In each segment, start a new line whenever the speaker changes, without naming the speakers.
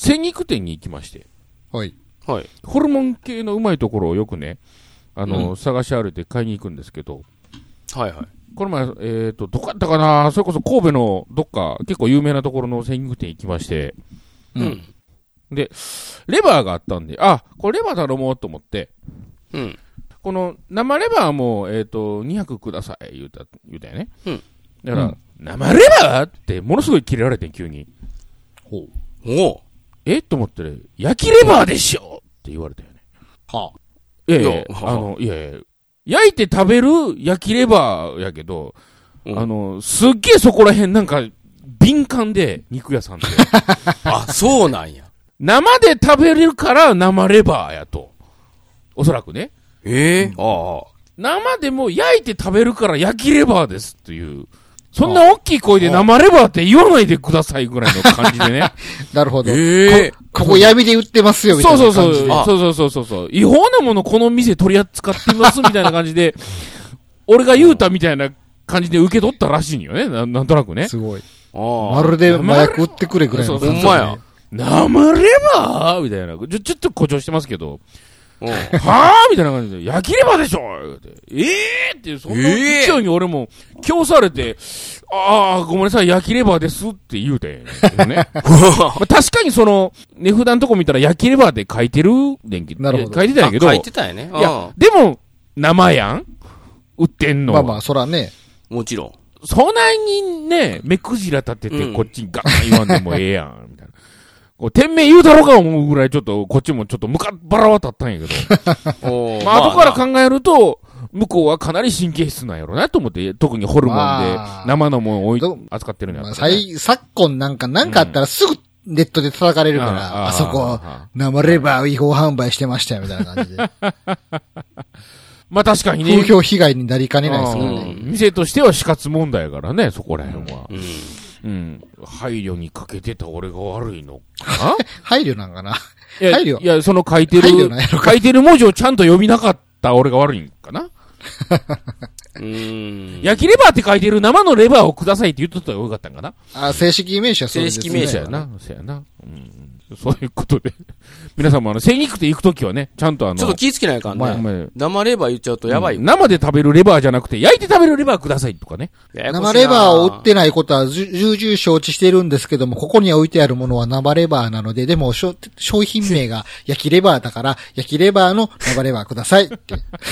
鮮肉店に行きまして。
はい。
はい。
ホルモン系のうまいところをよくね、探し歩いて買いに行くんですけど。
はいはい。
この前、どこやったかな、それこそ神戸のどっか、結構有名なところの鮮肉店行きまして。
うん。
で、レバーがあったんで、あ、これレバー頼もうと思って。
うん。
この生レバーも、200ください、言うたよね。うん。だから、生レバーってものすごいキレられてん、急に。
ほう。おう。
と思ってね、焼きレバーでしょって言われたよね。
はあ。
いやいや、焼いて食べる焼きレバーやけど、すっげえそこら辺なんか、敏感で、肉屋さんって。
あ、そうなんや。
生で食べれるから生レバーやと。おそらくね。
ああ。
生でも焼いて食べるから焼きレバーですっていう。そんな大きい声で生レバーって言わないでくださいぐらいの感じでね。
なるほど。ここ闇で売ってますよみたいな感じで。
そう。違法なものこの店取り扱ってますみたいな感じで、俺が言うたみたいな感じで受け取ったらしいんよね。なんとなくね。
すごい。まるで麻薬売ってくれぐらいの。
ほんまや。
生レバーみたいな。ちょっと誇張してますけど。はぁみたいな感じで、焼きレバーでしょって、そんな勢いに俺も、今日されて、ごめんなさい、焼きレバーですって言うて、ね。まあ、確かにその、値札のとこ見たら焼きレバーって書いてるねんけど、
なるほど。
書いてたんやけど。
書いてたんやね。
いや、でも、生やん売ってんの。
まあまあ、そらね。
もちろん。
そないにね、目くじら立ててこっちにガーン言わんでもええやん、みたいな。店名言うだろうか思うぐらいちょっと、こっちもちょっとムカッバラは立ったんやけど。まあ、後から考えると、向こうはかなり神経質なんやろうなと思って、特にホルモンで生のものを扱ってるんやろ、ね。
昨今なんかあったらすぐネットで叩かれるから、あそこ、生レバー違法販売してましたよ、みたいな感じで。
まあ確かにね。
風評被害になりかねないですよね。
店としては死活問題やからね、そこら辺は。配慮に欠けてた俺が悪いのかな
配慮なんかな
配慮いや、その書いてる文字をちゃんと読みなかった俺が悪いんかな焼きレバーって書いてる生のレバーをくださいって言っとったらよかったんかな
正式名称はそうですね。
正式名称やな。そうやな。そういうことで。皆さんも精肉店行くときはね、ちゃんと
ちょっと気ぃつけないかんね。生レバー言っちゃうとやばいよ。
生で食べるレバーじゃなくて、焼いて食べるレバーくださいとかね。
生レバーを売ってないことは重々承知しているんですけども、ここに置いてあるものは生レバーなので、でも商品名が焼きレバーだから、焼きレバーの生レバーくださいって。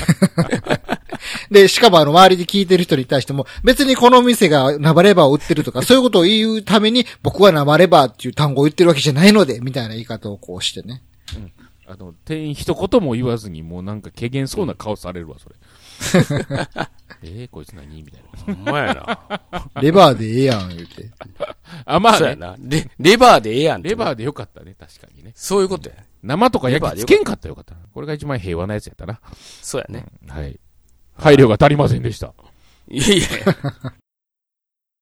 で、しかも周りで聞いてる人に対しても、別にこの店が生レバーを売ってるとか、そういうことを言うために、僕は生レバーっていう単語を言ってるわけじゃないので、みたいな言い方をこうしてね。
店員一言も言わずに、もうなんか怪げそうな顔されるわ、それ。こいつ何みたいな。
ほんまやな。
レバーでええやん、言うて。
まあね。
そうやな。レバーでええやん。
レバーでよかったね、確かにね。
そういうことや。
生とか焼きつけんかったらよかった。これが一番平和なやつやったな。
そうやね。
はい。配慮が足りませんでした。
いやいや。